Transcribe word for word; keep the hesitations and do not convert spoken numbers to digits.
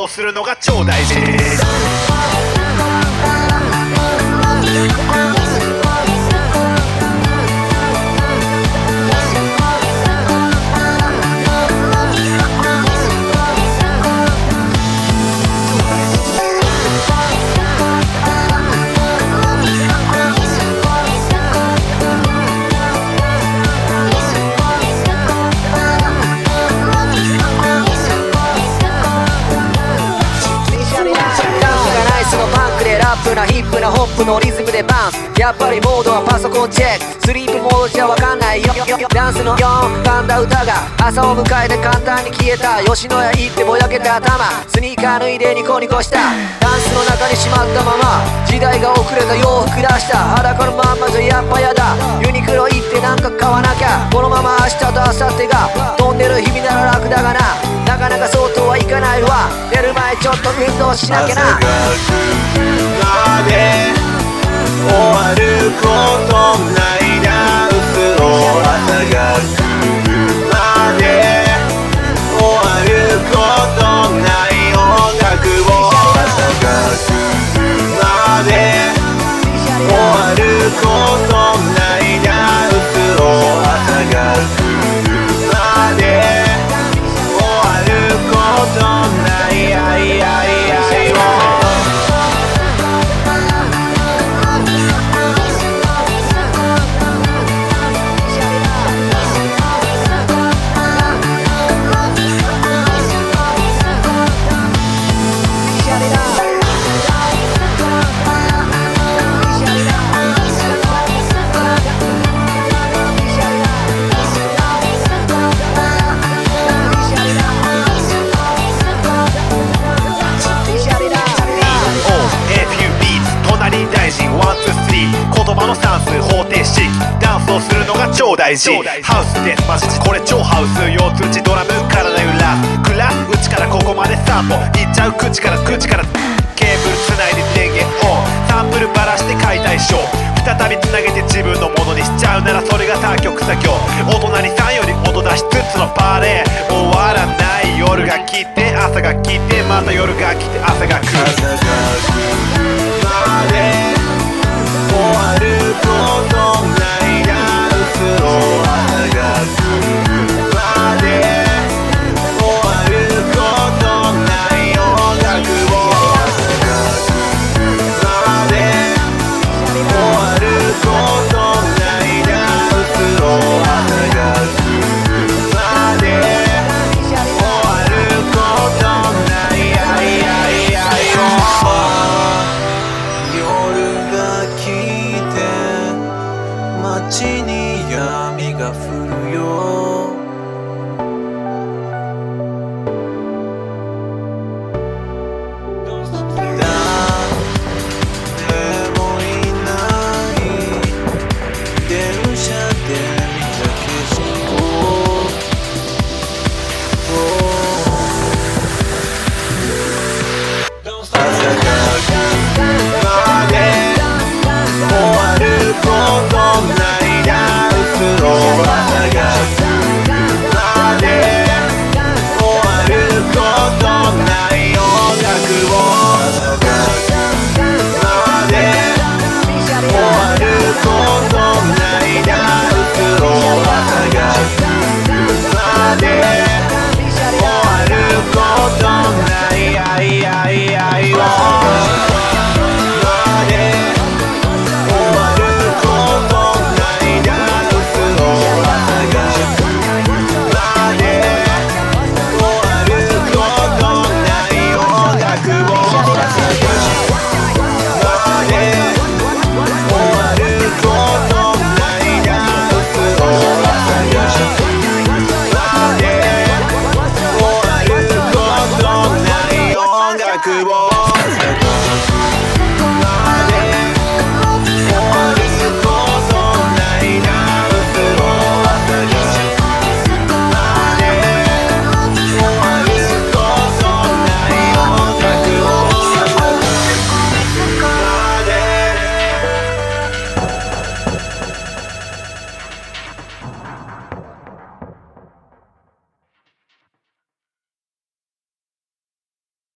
走するのが超大事。 ラップなヒップなホップのリズムでバウンス。やっぱりモードはパソコンチェック。スリープモードじゃわかんないよ。ダンスのよん噛んだ歌が朝を迎えて簡単に消えた。吉野家行ってぼやけた頭、スニーカー脱いでニコニコした。ダンスの中にしまったまま時代が遅れた洋服出した。裸のまんまじゃやっぱやだ。ユニクロ行ってなんか買わなきゃ。このまま明日と明後日が飛んでる日々なら楽だがな、なかなかそうとはいかないわ。寝る前ちょっと運動しなきゃな。 まで終わることないダンスを、朝が来るまで終わることない音楽を、朝が来るまで終わることないダンスを、朝が来るまで終わることないあいあいあいを。 言葉の算数方程式、ダンスをするのが超大事。ハウスですマジこれ超ハウス。腰痛打ちドラム体揺らす。クラス内からここまで散歩いっちゃう。口から口からケーブルつないで電源オン。サンプルバラして解体ショー。再びつなげて自分のものにしちゃうならそれが他局作業。お隣さんより音出しつつのパレー終わらない。夜が来て朝が来てまた夜が来て朝が来る。 朝が来るまで終わることないダンスを、朝が来るまで終わることない音楽を、朝が来るまで終わることないダンスを、朝が来るまで終わることないあいあいあいを。夜が来て街に闇が降るよ。